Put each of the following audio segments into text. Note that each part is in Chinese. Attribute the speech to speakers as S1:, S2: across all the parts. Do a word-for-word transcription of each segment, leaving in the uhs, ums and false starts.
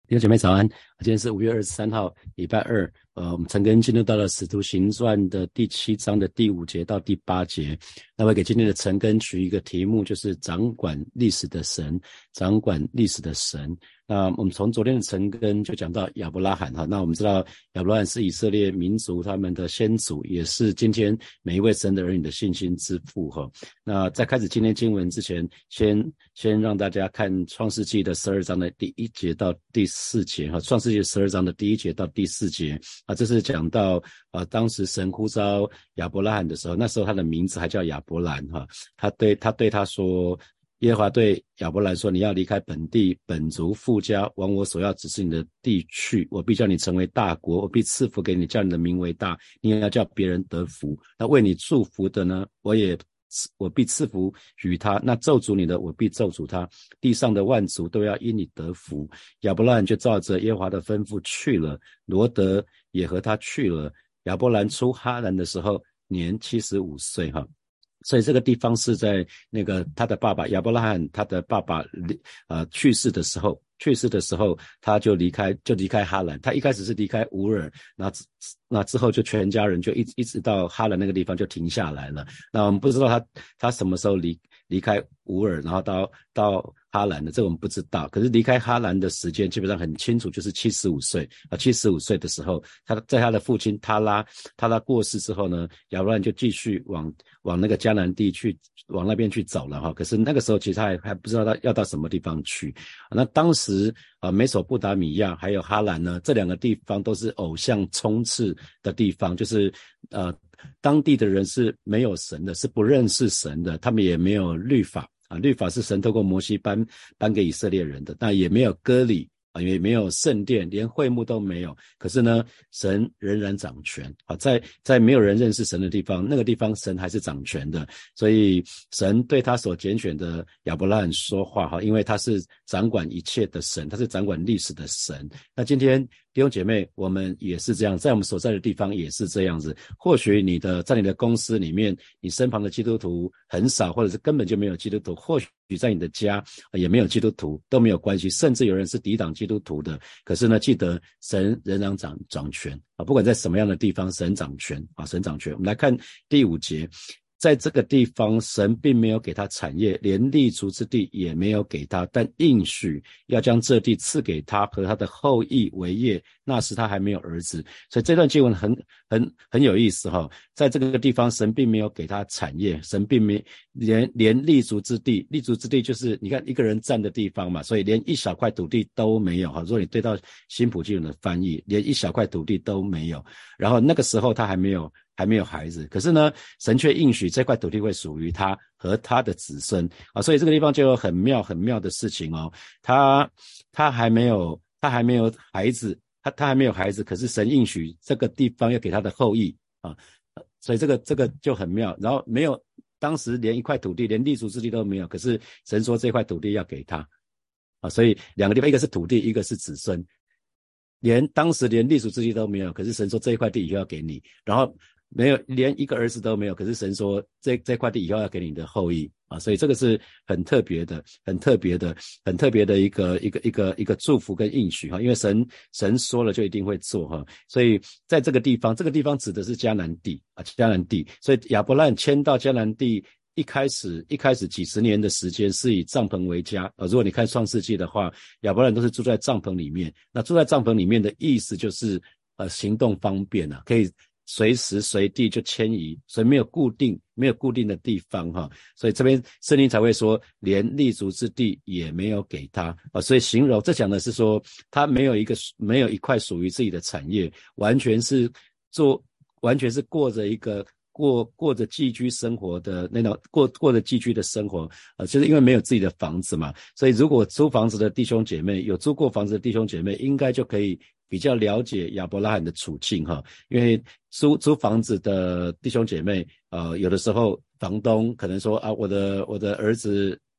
S1: 弟兄姐妹早安，今天是五月二十三号，礼拜二。呃，我们陈根进入到了《使徒行传》的第七章的第五节到第八节。那我给今天的陈根取一个题目，就是掌管历史的神，掌管历史的神。那我们从昨天的陈根就讲到亚伯拉罕哈，那我们知道亚伯拉罕是以色列民族他们的先祖，也是今天每一位神的儿女的信心之父哈。那在开始今天经文之前，先先让大家看创世纪的十二章的第一节到第四节哈，创世纪十二章的第一节到第四节啊，这是讲到啊，当时神呼召亚伯拉罕的时候，那时候他的名字还叫亚伯兰哈，他对他对他说。耶和华对亚伯兰说，你要离开本地本族父家，往我所要指示你的地去，我必叫你成为大国，我必赐福给你，叫你的名为大，你也要叫别人得福。那为你祝福的呢，我也我必赐福与他，那咒诅你的，我必咒诅他，地上的万族都要因你得福。亚伯兰就照着耶和华的吩咐去了，罗得也和他去了。亚伯兰出哈兰的时候年七十五岁哈。所以这个地方是在那个他的爸爸亚伯拉罕他的爸爸呃去世的时候去世的时候他就离开就离开哈兰，他一开始是离开乌尔，那那之后就全家人就一直一直到哈兰那个地方就停下来了。那我们不知道他他什么时候离离开乌尔，然后到到哈兰的，这个我们不知道。可是离开哈兰的时间基本上很清楚，就是七十五岁啊，七十五岁的时候，他在他的父亲他拉他拉过世之后呢，亚伯兰就继续往往那个迦南地去，往那边去走了哈。可是那个时候其实他还还不知道他要到什么地方去。那当时啊，美索不达米亚还有哈兰呢，这两个地方都是偶像充斥的地方，就是呃。当地的人是没有神的，是不认识神的，他们也没有律法啊，律法是神透过摩西颁颁给以色列人的，那也没有割礼啊，也没有圣殿，连会幕都没有。可是呢，神仍然掌权啊，在在没有人认识神的地方，那个地方神还是掌权的。所以神对他所拣选的亚伯拉罕说话哈，因为他是掌管一切的神，他是掌管历史的神。那今天弟兄姐妹，我们也是这样，在我们所在的地方也是这样子。或许你的在你的公司里面，你身旁的基督徒很少，或者是根本就没有基督徒，或许在你的家也没有基督徒，都没有关系，甚至有人是抵挡基督徒的。可是呢，记得神仍然掌掌权啊，不管在什么样的地方，神掌权啊，神掌权。我们来看第五节。在这个地方，神并没有给他产业，连立足之地也没有给他，但应许要将这地赐给他和他的后裔为业，那时他还没有儿子。所以这段经文很很很有意思哈，在这个地方神并没有给他产业，神并没连连立足之地，立足之地就是你看一个人站的地方嘛，所以连一小块土地都没有哈。如果你对到新普济文的翻译，连一小块土地都没有，然后那个时候他还没有还没有孩子，可是呢，神却应许这块土地会属于他和他的子孙啊，所以这个地方就有很妙很妙的事情哦。他他还没有他还没有孩子，他他还没有孩子，可是神应许这个地方要给他的后裔啊，所以这个这个就很妙。然后没有，当时连一块土地，连立足之地都没有，可是神说这块土地要给他啊，所以两个地方，一个是土地，一个是子孙。连当时连立足之地都没有，可是神说这一块地以后要给你，然后没有连一个儿子都没有，可是神说这这块地以后要给你的后裔啊，所以这个是很特别的很特别的很特别的一个一个一个一个祝福跟应许哈，因为神神说了就一定会做哈，所以在这个地方，这个地方指的是迦南地啊，迦南地，所以亚伯兰迁到迦南地一开始一开始几十年的时间是以帐篷为家呃，如果你看创世纪的话，亚伯兰都是住在帐篷里面，那住在帐篷里面的意思就是呃行动方便啊，可以随时随地就迁移，所以没有固定没有固定的地方哈，所以这边圣经才会说连立足之地也没有给他啊，所以形容这讲的是说他没有一个没有一块属于自己的产业，完全是做完全是过着一个过过着寄居生活的那种过过着寄居的生活，呃，就是因为没有自己的房子嘛，所以如果租房子的弟兄姐妹有租过房子的弟兄姐妹，应该就可以比较了解亚伯拉罕的处境哈，因为租租房子的弟兄姐妹，呃，有的时候房东可能说啊，我的我的儿子。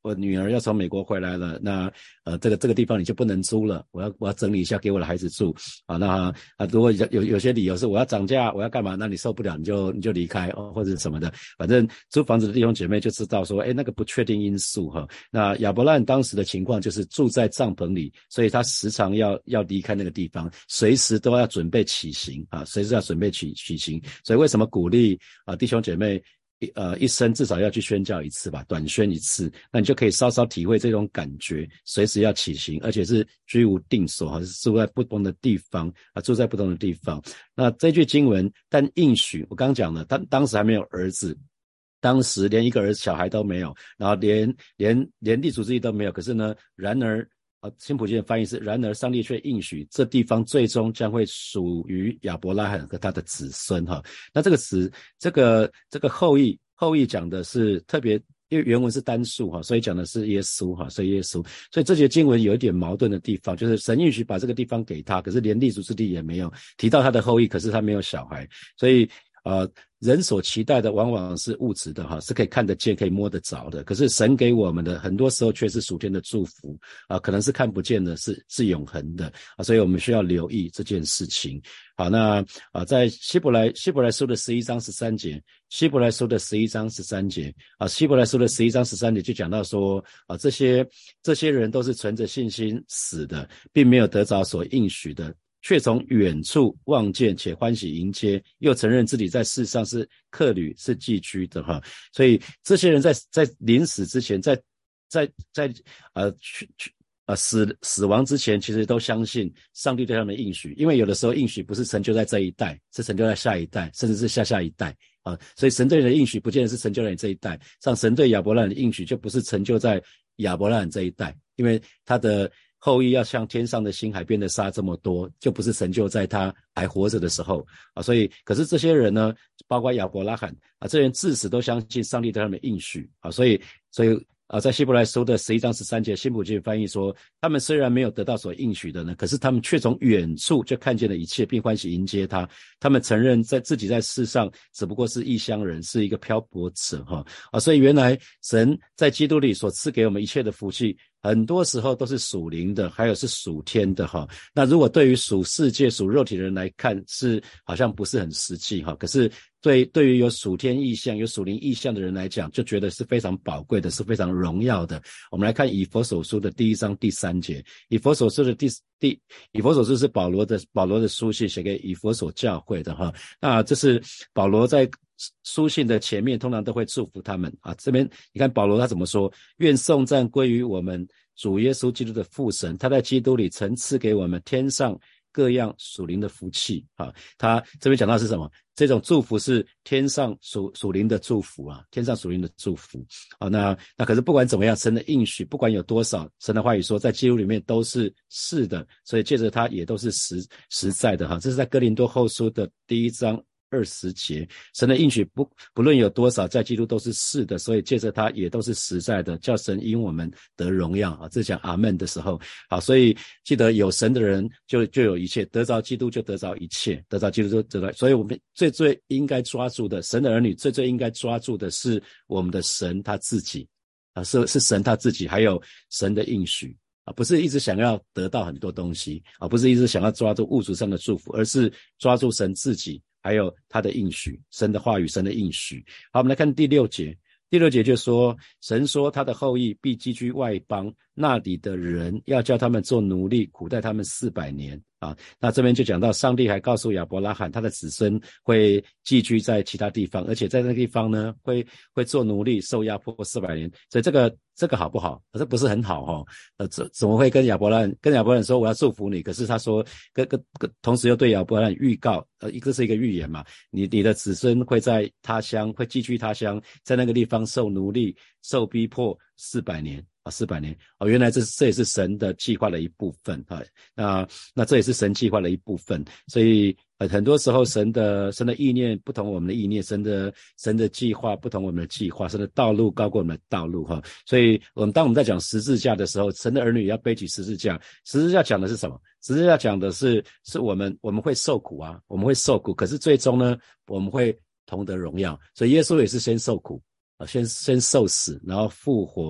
S1: 我女儿要从美国回来了，那呃这个这个地方你就不能租了，我要我要整理一下给我的孩子住啊。那啊如果有有有些理由是我要涨价，我要干嘛，那你受不了你就你就离开哦，或者什么的，反正租房子的弟兄姐妹就知道说，哎，那个不确定因素哈。那亚伯兰当时的情况就是住在帐篷里，所以他时常要要离开那个地方，随时都要准备起行啊，随时要准备起起行。所以为什么鼓励啊弟兄姐妹？一呃一生至少要去宣教一次吧，短宣一次，那你就可以稍稍体会这种感觉，随时要起行，而且是居无定所，还是住在不同的地方啊，住在不同的地方。那这句经文，但应许我刚刚讲了，他当时还没有儿子，当时连一个儿子小孩都没有，然后连连连立足之地都没有，可是呢，然而啊，新普京的翻译是，然而上帝却应许这地方最终将会属于亚伯拉罕和他的子孙哈。那这个词，这个这个后裔，后裔讲的是特别，因为原文是单数哈，所以讲的是耶稣哈，所以耶稣，所以这节经文有一点矛盾的地方，就是神允许把这个地方给他，可是连立足之地也没有，提到他的后裔，可是他没有小孩，所以呃，人所期待的往往是物质的哈，是可以看得见、可以摸得着的。可是神给我们的很多时候却是属天的祝福啊，可能是看不见的，是是永恒的啊，所以我们需要留意这件事情。好，那啊，在希伯来希伯来书的十一章十三节，希伯来书的十一章十三节啊，希伯来书的十一章十三节就讲到说啊，这些这些人都是存着信心死的，并没有得着所应许的。却从远处望见且欢喜迎接，又承认自己在世上是客旅是寄居的哈，所以这些人在在临死之前，在在在呃去去呃死死亡之前，其实都相信上帝对他们的应许，因为有的时候应许不是成就在这一代，是成就在下一代，甚至是下下一代啊，所以神对你的应许不见得是成就在你这一代，像神对亚伯拉罕的应许就不是成就在亚伯拉罕这一代，因为他的后裔要像天上的星海边的沙这么多，就不是成就在他还活着的时候啊。所以，可是这些人呢，包括亚伯拉罕啊，这些人至死都相信上帝对他们的应许啊。所以，所以啊，在希伯来书的十一章十三节，新普京翻译说，他们虽然没有得到所应许的呢，可是他们却从远处就看见了一切，并欢喜迎接他。他们承认在自己在世上只不过是异乡人，是一个漂泊者哈啊。所以原来神在基督里所赐给我们一切的福气，很多时候都是属灵的，还有是属天的哈。那如果对于属世界、属肉体的人来看，是好像不是很实际哈。可是对对于有属天意象、有属灵意象的人来讲，就觉得是非常宝贵的，是非常荣耀的。我们来看以弗所书的第一章第三节，以弗所书的第第以弗所书是保罗的保罗的书信，写给以弗所教会的哈。那这是保罗在书信的前面通常都会祝福他们啊。这边你看保罗他怎么说？愿颂赞归于我们主耶稣基督的父神，他在基督里曾赐给我们天上各样属灵的福气啊。他这边讲到是什么？这种祝福是天上属属灵的祝福啊，天上属灵的祝福啊。那那可是不管怎么样，神的应许不管有多少，神的话语说在基督里面都是是的，所以借着他也都是实实在的哈。这是在哥林多后书的第一章二十节，神的应许不不论有多少，在基督都是是的，所以借着他也都是实在的，叫神因我们得荣耀啊。这讲阿们的时候，好，所以记得有神的人就就有一切，得着基督就得着一切，得着基督就得着。所以我们最最应该抓住的，神的儿女最最应该抓住的是我们的神他自己啊，是是神他自己，还有神的应许。啊，不是一直想要得到很多东西啊，不是一直想要抓住物质上的祝福，而是抓住神自己，还有他的应许，神的话语，神的应许。好，我们来看第六节。第六节就说，神说他的后裔必寄居外邦，那里的人要叫他们做奴隶，苦待他们四百年啊。那这边就讲到上帝还告诉亚伯拉罕，他的子孙会寄居在其他地方，而且在那个地方呢，会会做奴隶，受压迫四百年。所以这个这个好不好？这不是很好哦。呃，怎怎么会跟亚伯拉罕跟亚伯拉罕说我要祝福你？可是他说跟跟跟，同时又对亚伯拉罕预告，呃，一个是一个预言嘛，你你的子孙会在他乡，会寄居他乡，在那个地方受奴隶、受逼迫四百年。啊，四百年哦，原来这这也是神的计划的一部分啊。那那这也是神计划的一部分，所以呃很多时候神的神的意念不同我们的意念，神的神的计划不同我们的计划，神的道路高过我们的道路哈。所以我们当我们在讲十字架的时候，神的儿女要背起十字架。十字架讲的是什么？十字架讲的是是我们我们会受苦啊，我们会受苦，可是最终呢，我们会同得荣耀。所以耶稣也是先受苦啊，先先受死，然后复活。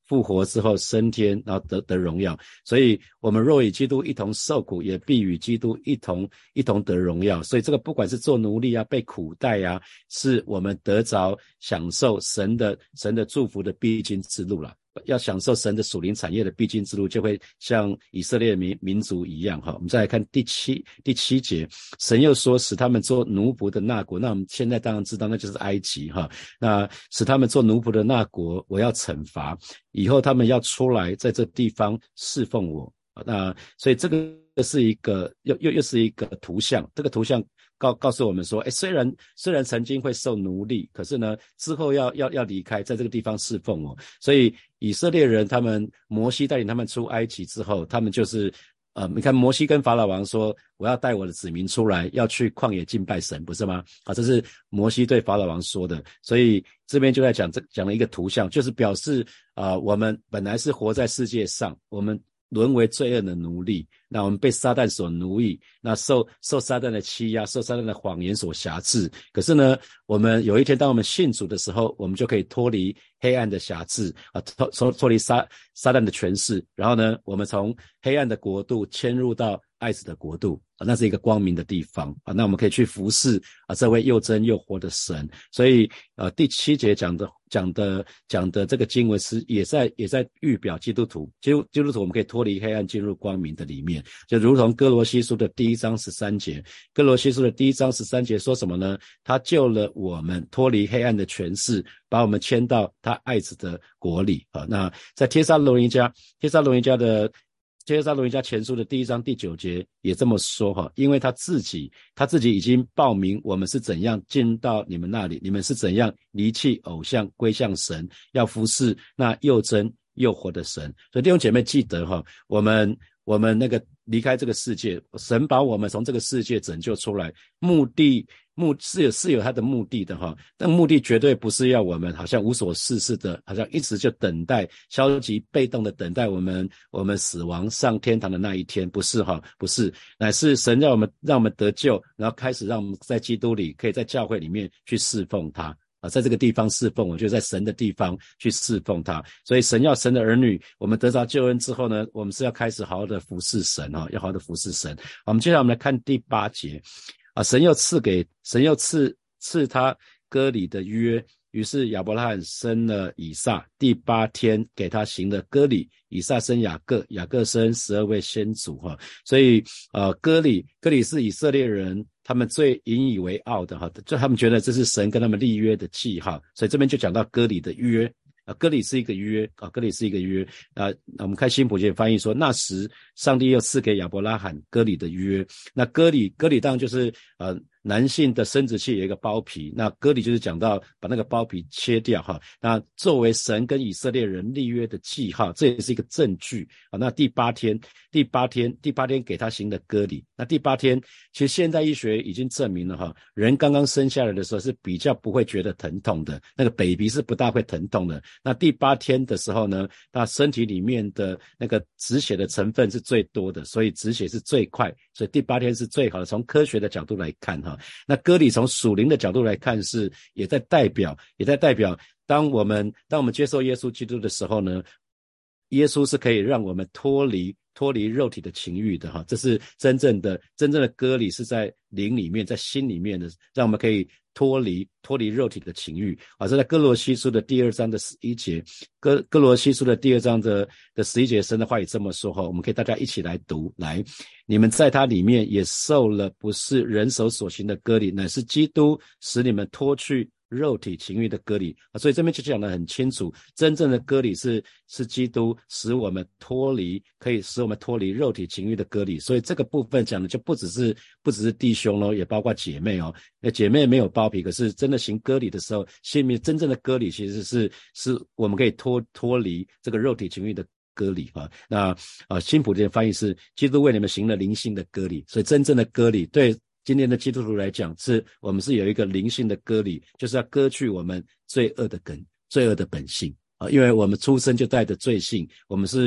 S1: 复活之后升天，然后得得荣耀。所以我们若与基督一同受苦，也必与基督一同一同得荣耀。所以这个不管是做奴隶啊，被苦待啊，是我们得着享受神的神的祝福的必经之路啦。要享受神的属灵产业的必经之路，就会像以色列民民族一样哈。我们再来看第七第七节，神又说使他们做奴仆的那国，那我们现在当然知道那就是埃及哈。那使他们做奴仆的那国，我要惩罚，以后他们要出来在这地方侍奉我。那所以这个是一个又又又是一个图像，这个图像告告诉我们说，诶，虽然虽然曾经会受奴隶，可是呢之后要要要离开，在这个地方侍奉我。所以以色列人他们摩西带领他们出埃及之后，他们就是呃，你看摩西跟法老王说，我要带我的子民出来，要去旷野敬拜神，不是吗？啊，这是摩西对法老王说的。所以这边就在讲这讲了一个图像，就是表示啊、呃，我们本来是活在世界上，我们沦为罪恶的奴隶，那我们被撒旦所奴役，那受受撒旦的欺压，受撒旦的谎言所辖制。可是呢，我们有一天当我们信主的时候，我们就可以脱离黑暗的辖制啊，脱脱脱离撒撒旦的权势，然后呢，我们从黑暗的国度迁入到爱子的国度啊，那是一个光明的地方啊，那我们可以去服侍啊这位又真又活的神。所以呃第七节讲的讲的讲的这个经文是也在也在预表基督徒，基督基督徒我们可以脱离黑暗进入光明的里面，就如同哥罗西书的第一章十三节，哥罗西书的第一章十三节说什么呢？他救了我们脱离黑暗的权势，把我们迁到他爱子的国里啊。那在帖撒罗尼迦帖撒罗尼迦的帖撒罗尼迦前书的第一章第九节也这么说哈，因为他自己他自己已经报明我们是怎样进到你们那里，你们是怎样离弃偶像归向神，要服侍那又真又活的神。所以弟兄姐妹记得哈，我们我们那个离开这个世界，神把我们从这个世界拯救出来，目的目是有是有他的目的的哈，但目的绝对不是要我们好像无所事事的，好像一直就等待消极被动的等待我们我们死亡上天堂的那一天，不是哈，不是，乃是神让我们让我们得救，然后开始让我们在基督里可以在教会里面去侍奉他。啊，在这个地方侍奉，我就在神的地方去侍奉他。所以神要神的儿女，我们得着救恩之后呢，我们是要开始好好的服侍神啊，要好好的服侍神。我们接下来我们来看第八节啊，神又赐给神又赐赐他割礼的约，于是亚伯拉罕生了以撒，第八天给他行了割礼，以撒生雅各，雅各生十二位先祖哈。所以呃，割礼割礼是以色列人他们最引以为傲的哈，就他们觉得这是神跟他们立约的记号，所以这边就讲到割礼的约啊，割礼是一个约啊，割礼是一个约啊。我们看新普界翻译说，那时上帝又赐给亚伯拉罕割礼的约。那割礼割礼当然就是呃男性的生殖器有一个包皮，那割礼就是讲到把那个包皮切掉哈。那作为神跟以色列人立约的记号，这也是一个证据啊。那第八天第八天第八天给他行的割礼，那第八天其实现代医学已经证明了哈，人刚刚生下来的时候是比较不会觉得疼痛的，那个 baby 是不大会疼痛的。那第八天的时候呢，那身体里面的那个止血的成分是最多的，所以止血是最快，所以第八天是最好的。从科学的角度来看哈，那割礼从属灵的角度来看是也在代表也在代表当我们当我们接受耶稣基督的时候呢，耶稣是可以让我们脱离脱离肉体的情欲的哈，这是真正的真正的割礼是在灵里面，在心里面的，让我们可以脱离脱离肉体的情欲啊。这在哥罗西书的第二章的十一节，哥哥罗西书的第二章的的十一节，神的话也这么说哈，我们可以大家一起来读来，你们在他里面也受了不是人手所行的割礼，乃是基督使你们脱去肉体情欲的割礼啊，所以这边就讲得很清楚，真正的割礼是是基督使我们脱离，可以使我们脱离肉体情欲的割礼。所以这个部分讲的就不只是不只是弟兄咯，也包括姐妹哦。那姐妹没有包皮，可是真的行割礼的时候，心里面真正的割礼其实是是我们可以脱脱离这个肉体情欲的割礼啊。那呃新普的翻译是基督为你们行了灵性的割礼，所以真正的割礼对今天的基督徒来讲，是我们是有一个灵性的割礼，就是要割去我们罪恶的根、罪恶的本性啊，因为我们出生就带着罪性，我们是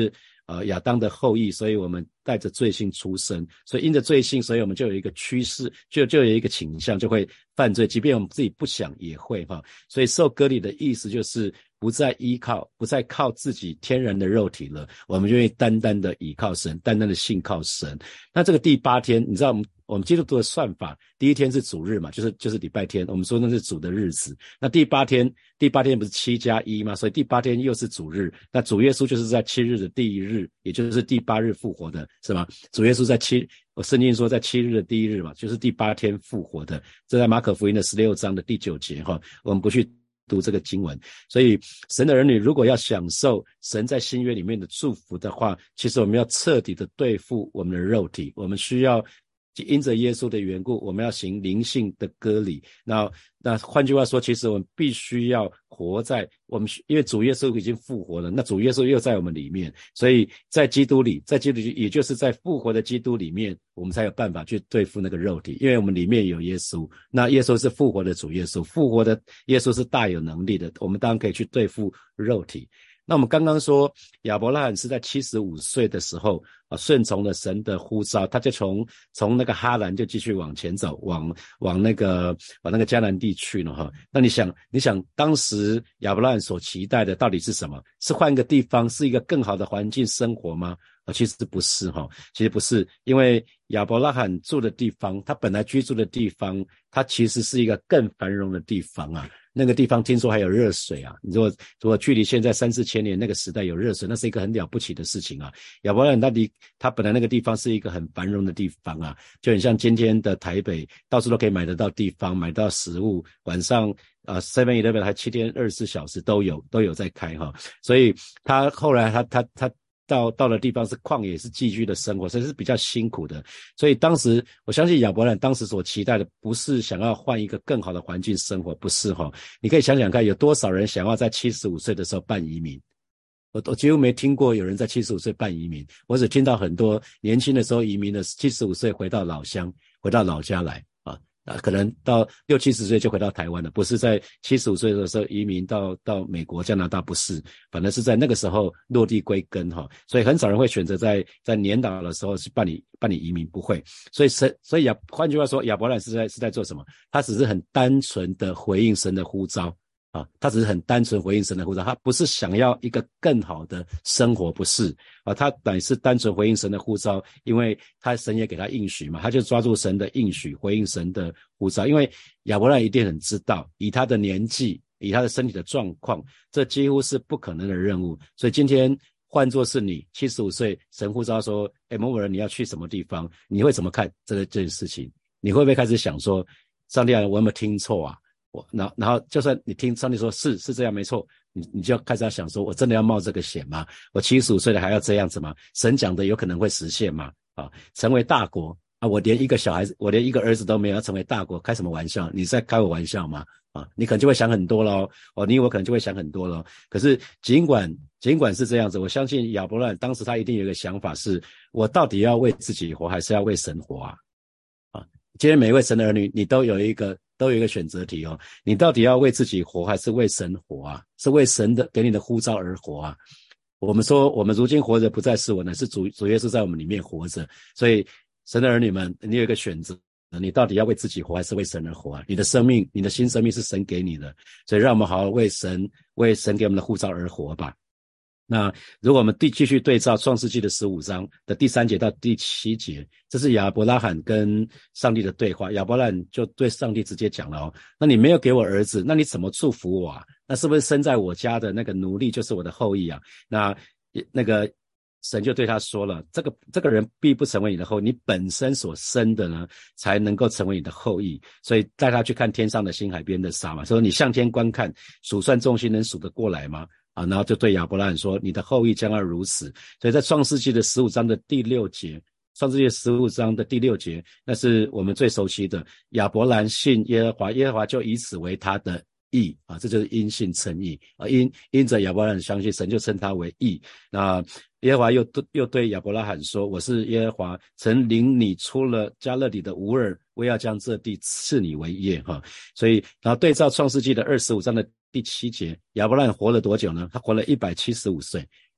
S1: 呃亚当的后裔，所以我们带着罪性出生，所以因着罪性，所以我们就有一个趋势，就就有一个倾向，就会犯罪，即便我们自己不想也会哈。所以受割礼的意思就是不再依靠，不再靠自己天然的肉体了，我们就会单单的倚靠神，单单的信靠神。那这个第八天，你知道我们我们基督徒的算法，第一天是主日嘛，就是就是礼拜天，我们说那是主的日子。那第八天，第八天不是七加一吗？所以第八天又是主日。那主耶稣就是在七日的第一日，也就是第八日复活的，是吗？主耶稣在七，圣经说在七日的第一日嘛，就是第八天复活的。这在马可福音的十六章的第九节哈，我们不去读这个经文。所以神的儿女如果要享受神在新约里面的祝福的话，其实我们要彻底的对付我们的肉体，我们需要因着耶稣的缘故，我们要行灵性的割礼。那那换句话说，其实我们必须要活在我们，因为主耶稣已经复活了，那主耶稣又在我们里面，所以在基督里，在基督里，也就是在复活的基督里面，我们才有办法去对付那个肉体，因为我们里面有耶稣。那耶稣是复活的主耶稣，复活的耶稣是大有能力的，我们当然可以去对付肉体。那我们刚刚说亚伯拉罕是在七十五岁的时候啊，顺从了神的呼召，他就从从那个哈兰就继续往前走，往往那个往那个迦南地去了哈。那你想你想当时亚伯拉罕所期待的到底是什么？是换个地方，是一个更好的环境生活吗？啊，其实不是哈，其实不是，因为亚伯拉罕住的地方，他本来居住的地方，他其实是一个更繁荣的地方啊。那个地方听说还有热水啊，你如果如果距离现在三四千年那个时代有热水，那是一个很了不起的事情啊。亚伯拉罕他离他本来那个地方是一个很繁荣的地方啊，就很像今天的台北，到处都可以买得到地方，买到食物，晚上啊 seven eleven 还七天二十四小时都有都有在开哈。所以他后来他他他到到的地方是旷野，是寄居的生活，所以是比较辛苦的。所以当时我相信亚伯兰当时所期待的不是想要换一个更好的环境生活，不是齁。你可以想想看，有多少人想要在七十五岁的时候办移民？我我几乎没听过有人在七十五岁办移民，我只听到很多年轻的时候移民的七十五岁回到老乡，回到老家来啊。啊，可能到六七十岁就回到台湾了，不是在七十五岁的时候移民到到美国、加拿大，不是，反正是在那个时候落地归根哈，所以很少人会选择在在年老的时候去办理办理移民，不会。所以神，所以亚，换句话说，亚伯兰是在是在做什么？他只是很单纯的回应神的呼召。啊，他只是很单纯回应神的呼召，他不是想要一个更好的生活，不是啊，他乃是单纯回应神的呼召，因为他神也给他应许嘛，他就抓住神的应许，回应神的呼召。因为亚伯兰一定很知道，以他的年纪，以他的身体的状况，这几乎是不可能的任务。所以今天换作是你七十五岁，神呼召说，诶，某某人你要去什么地方，你会怎么看这个这件事情？你会不会开始想说，上帝啊，我有没有听错啊？我然后然后就算你听上帝说是是这样没错，你你就要开始要想说，我真的要冒这个险吗？我七十五岁了还要这样子吗？神讲的有可能会实现吗？啊，成为大国啊，我连一个小孩子，我连一个儿子都没有，要成为大国，开什么玩笑？你在开我玩笑吗？啊，你可能就会想很多咯。哦，你我可能就会想很多咯。可是尽管尽管是这样子，我相信亚伯兰当时他一定有一个想法是，我到底要为自己活还是要为神活啊？啊，今天每一位神的儿女，你都有一个都有一个选择题哦，你到底要为自己活还是为神活啊？是为神的给你的呼召而活啊？我们说我们如今活着不再是我，乃是主主耶稣在我们里面活着。所以神的儿女们，你有一个选择，你到底要为自己活还是为神而活啊？你的生命，你的新生命是神给你的，所以让我们好好为神为神给我们的呼召而活吧。那如果我们继续对照创世纪的十五章的第三节到第七节，这是亚伯拉罕跟上帝的对话。亚伯拉罕就对上帝直接讲了哦，那你没有给我儿子，那你怎么祝福我啊？那是不是生在我家的那个奴隶就是我的后裔啊？那那个神就对他说了，这个这个人必不成为你的后裔，你本身所生的呢才能够成为你的后裔。所以带他去看天上的星海边的沙嘛，说你向天观看，数算众星，能数得过来吗？啊，然后就对亚伯拉罕说，你的后裔将要如此。所以在创世纪的十五章的第六节，创世纪十五章的第六节，那是我们最熟悉的，亚伯兰信耶和华，耶和华就以此为他的义啊，这就是因信称义啊，因因着亚伯拉罕相信，神就称他为义。那耶和华又又对亚伯拉罕说，我是耶和华，曾领你出了加勒底的乌尔，我要将这地赐你为业哈。所以然后对照创世纪的二十五章的第七节，亚伯拉罕活了多久呢？他活了一百七十五岁。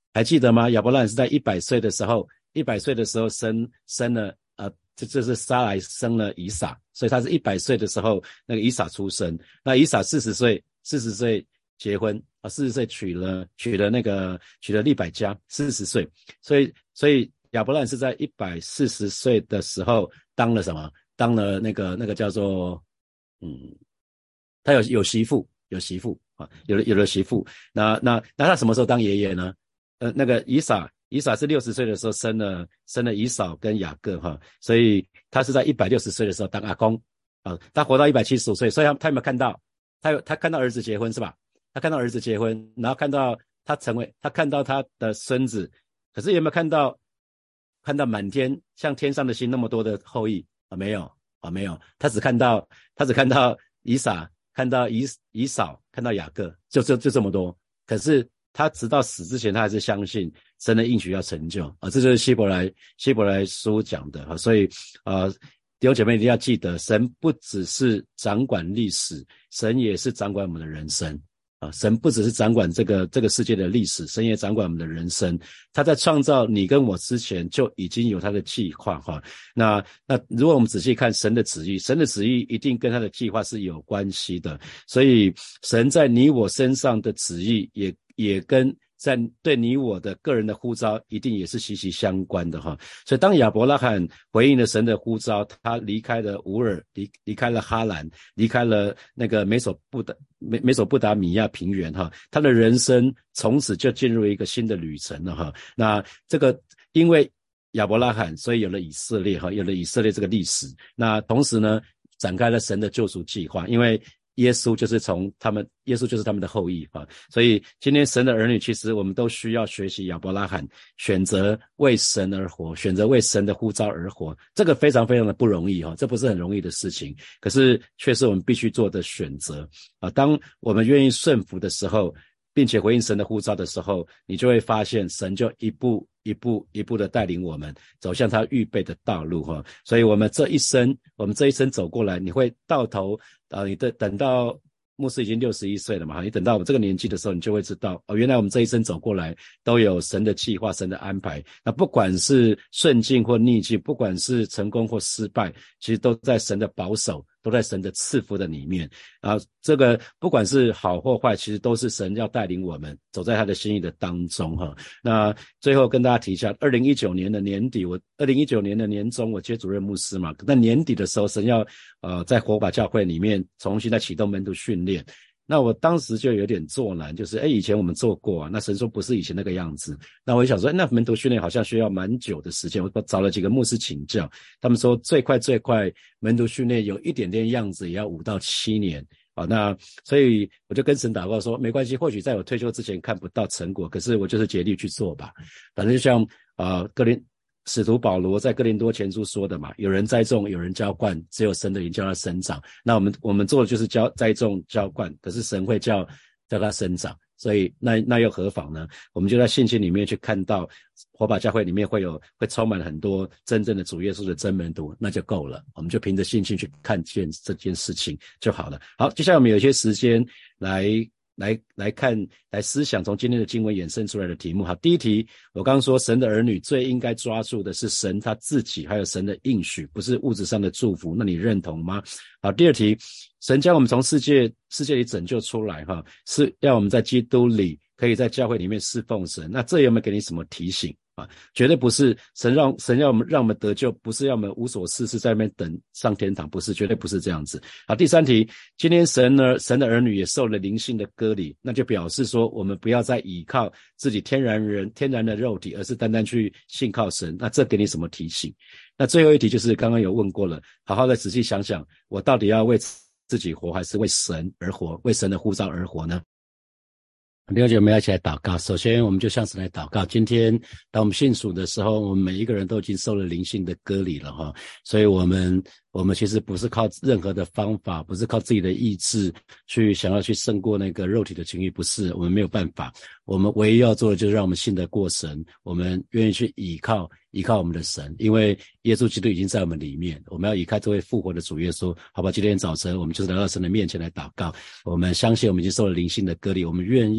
S1: 还记得吗？亚伯拉罕是在一百岁的时候，一百岁的时候生生了呃，这这是撒来生了以撒，所以他是一百岁的时候那个以撒出生。那以撒四十岁，四十岁结婚啊，四十岁娶了娶了那个娶了利百加，四十岁，所以所以亚伯拉罕是在一百四十岁的时候当了什么？当了那个那个叫做嗯，他有有媳妇，有媳妇啊，有了有了媳妇。那那那他什么时候当爷爷呢？呃，那个以撒，以撒是六十岁的时候生了生了以扫跟雅各哈，所以他是在一百六十岁的时候当阿公啊，他活到一百七十五岁，所以他他有没有看到？他有他看到儿子结婚是吧？他看到儿子结婚，然后看到他成为他看到他的孙子，可是有没有看到看到满天像天上的星那么多的后裔啊？没有啊，没有，他只看到他只看到以撒，看到以以扫，看到雅各，就就就这么多。可是他直到死之前，他还是相信神的应许要成就啊，这就是希伯来希伯来书讲的啊，所以啊，弟兄姐妹一定要记得，神不只是掌管历史，神也是掌管我们的人生啊，神不只是掌管这个这个世界的历史，神也掌管我们的人生。他在创造你跟我之前就已经有他的计划哈。那那如果我们仔细看神的旨意，神的旨意一定跟他的计划是有关系的，所以神在你我身上的旨意也也跟在对你我的个人的呼召一定也是息息相关的哈。所以当亚伯拉罕回应了神的呼召，他离开了乌尔，离离开了哈兰，离开了那个美索不达美美索不达米亚平原哈，他的人生从此就进入一个新的旅程了哈。那这个因为亚伯拉罕，所以有了以色列哈，有了以色列这个历史。那同时呢，展开了神的救赎计划，因为耶稣就是从他们，耶稣就是他们的后裔啊，所以今天神的儿女，其实我们都需要学习亚伯拉罕，选择为神而活，选择为神的呼召而活，这个非常非常的不容易哈，这不是很容易的事情，可是却是我们必须做的选择啊。当我们愿意顺服的时候，并且回应神的呼召的时候，你就会发现神就一步一步一步的带领我们走向他预备的道路哈。所以我们这一生，我们这一生走过来，你会到头啊，你的等到牧师已经六十一岁了嘛，你等到我们这个年纪的时候，你就会知道哦，原来我们这一生走过来都有神的计划，神的安排。那不管是顺境或逆境，不管是成功或失败，其实都在神的保守，都在神的赐福的里面啊。这个不管是好或坏，其实都是神要带领我们走在他的心意的当中哈。那最后跟大家提一下，二零一九年的年底，我二零一九年的年中我接主任牧师嘛，那年底的时候，神要呃在火把教会里面重新再启动门徒训练。那我当时就有点作难，就是诶以前我们做过啊，那神说不是以前那个样子。那我就想说，那门徒训练好像需要蛮久的时间，我找了几个牧师请教，他们说最快最快门徒训练有一点点样子也要五到七年。好，那所以我就跟神祷告说，没关系，或许在我退休之前看不到成果，可是我就是竭力去做吧。反正就像呃哥林使徒保罗在哥林多前书说的嘛，有人栽种，有人浇灌，只有神的灵叫他生长。那我们我们做的就是浇栽种浇灌，可是神会叫叫他生长，所以那那又何妨呢？我们就在信心里面去看到火把教会里面会有会充满很多真正的主耶稣的真门徒，那就够了，我们就凭着信心去看见这件事情就好了。好，接下来我们有一些时间来来来看来思想从今天的经文衍生出来的题目。好，第一题，我刚刚说神的儿女最应该抓住的是神他自己还有神的应许，不是物质上的祝福，那你认同吗？好，第二题，神将我们从世界世界里拯救出来哈，是要我们在基督里可以在教会里面侍奉神，那这有没有给你什么提醒啊？绝对不是神让神要我们让我们得救，不是要我们无所事事在那边等上天堂，不是，绝对不是这样子。好，第三题，今天神呢神的儿女也受了灵性的割礼，那就表示说我们不要再倚靠自己天然人天然的肉体，而是单单去信靠神，那这给你什么提醒？那最后一题就是刚刚有问过了，好好的仔细想想，我到底要为自己活还是为神而活，为神的呼召而活呢？弟兄姐妹，我们要一起来祷告。首先我们就向神来祷告，今天当我们信主的时候，我们每一个人都已经受了灵性的割礼了哈，所以我们我们其实不是靠任何的方法，不是靠自己的意志去想要去胜过那个肉体的情欲，不是，我们没有办法，我们唯一要做的就是让我们信得过神，我们愿意去倚靠依靠我们的神，因为耶稣基督已经在我们里面，我们要依靠这位复活的主耶稣。好吧，今天早晨我们就是来到神的面前来祷告，我们相信我们已经受了灵性的割礼，我们愿意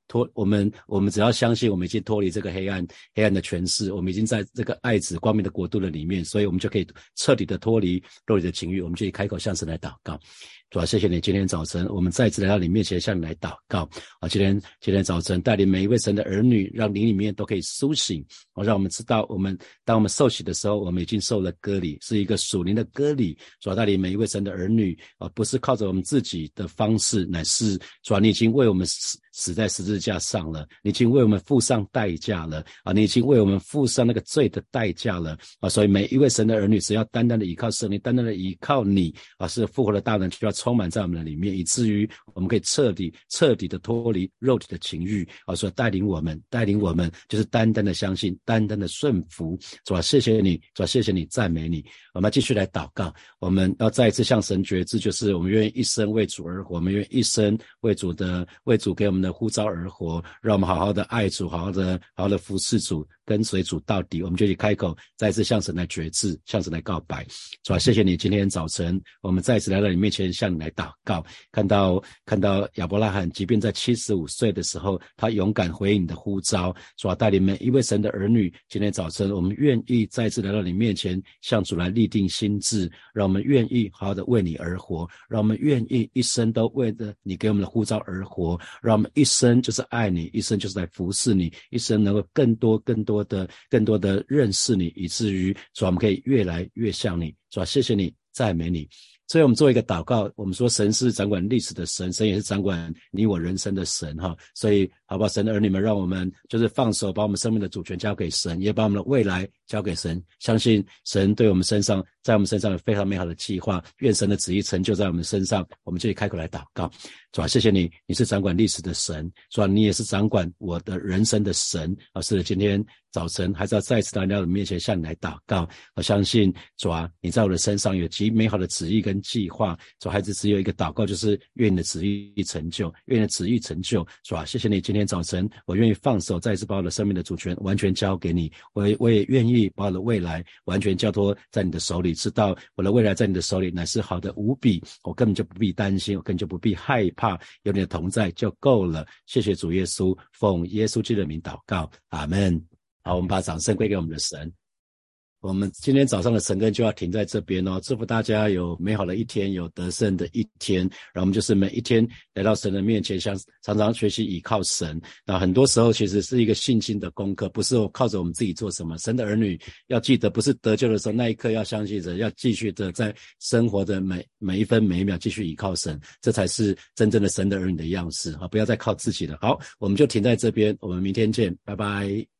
S1: 脱我们我们只要相信我们已经脱离这个黑暗黑暗的权势，我们已经在这个爱子光明的国度的里面，所以我们就可以彻底的脱离肉体的情欲，我们就可以开口向神来祷告。主啊，谢谢你今天早晨我们再次来到你面前向你来祷告啊！今天今天早晨带领每一位神的儿女，让灵里面都可以苏醒啊，让我们知道我们当我们受洗的时候，我们已经受了割礼，是一个属灵的割礼。主啊，带领每一位神的儿女啊，不是靠着我们自己的方式，乃是主啊，你已经为我们死死在十字架上了，你已经为我们付上代价了啊！你已经为我们付上那个罪的代价了啊！所以每一位神的儿女，只要单单的依靠圣灵，单单的依靠你啊，是复活的大能就要充满在我们的里面，以至于我们可以彻底彻底的脱离肉体的情欲啊！所以带领我们带领我们就是单单的相信，单单的顺服。主啊，谢谢你，主啊，谢谢你，赞美你。我们要继续来祷告，我们要再一次向神决志，就是我们愿意一生为主而活，我们愿意一生为主的为主给我们的呼召而活，让我们好好的爱主，好好的好好的服侍主，跟随主到底。我们就去开口再一次向神来决志，向神来告白。主啊，谢谢你今天早晨我们再一次来到你面前向你来祷告，看到看到亚伯拉罕即便在七十五岁的时候，他勇敢回应你的呼召。主啊，带领每一位神的儿女，今天早晨我们愿意再次来到你面前，向主来立定心志，让我们愿意好好的为你而活，让我们愿意一生都为着你给我们的呼召而活，让我们一生就是爱你，一生就是来服侍你，一生能够更多更多的更多的认识你，以至于主啊，我们可以越来越像你。主啊，谢谢你，赞美你。所以我们做一个祷告，我们说神是掌管历史的神，神也是掌管你我人生的神哈。所以好不好，神的儿女们，让我们就是放手，把我们生命的主权交给神，也把我们的未来交给神，相信神对我们身上在我们身上有非常美好的计划，愿神的旨意成就在我们身上。我们就可以开口来祷告。主啊，谢谢你，你是掌管历史的神，主啊，你也是掌管我的人生的神啊。是的，今天早晨还是要再次来到你面前向你来祷告。我相信主啊，你在我的身上有极美好的旨意跟计划。主啊，孩子只有一个祷告，就是愿你的旨意成就，愿你的旨意成就。主啊，谢谢你今天早晨我愿意放手，再一次把我的生命的主权完全交给你，我也我也愿意把我的未来完全交托在你的手里，知道我的未来在你的手里乃是好的无比，我根本就不必担心，我根本就不必害怕，有你的同在就够了。谢谢主耶稣，奉耶稣基督的名祷告，阿们。好，我们把掌声归给我们的神。我们今天早上的晨更就要停在这边哦，祝福大家有美好的一天，有得胜的一天。然后我们就是每一天来到神的面前，像常常学习倚靠神。那很多时候其实是一个信心的功课，不是靠着我们自己做什么。神的儿女要记得，不是得救的时候那一刻要相信着，要继续的在生活的每每一分每一秒继续倚靠神，这才是真正的神的儿女的样式啊！不要再靠自己了。好，我们就停在这边，我们明天见，拜拜。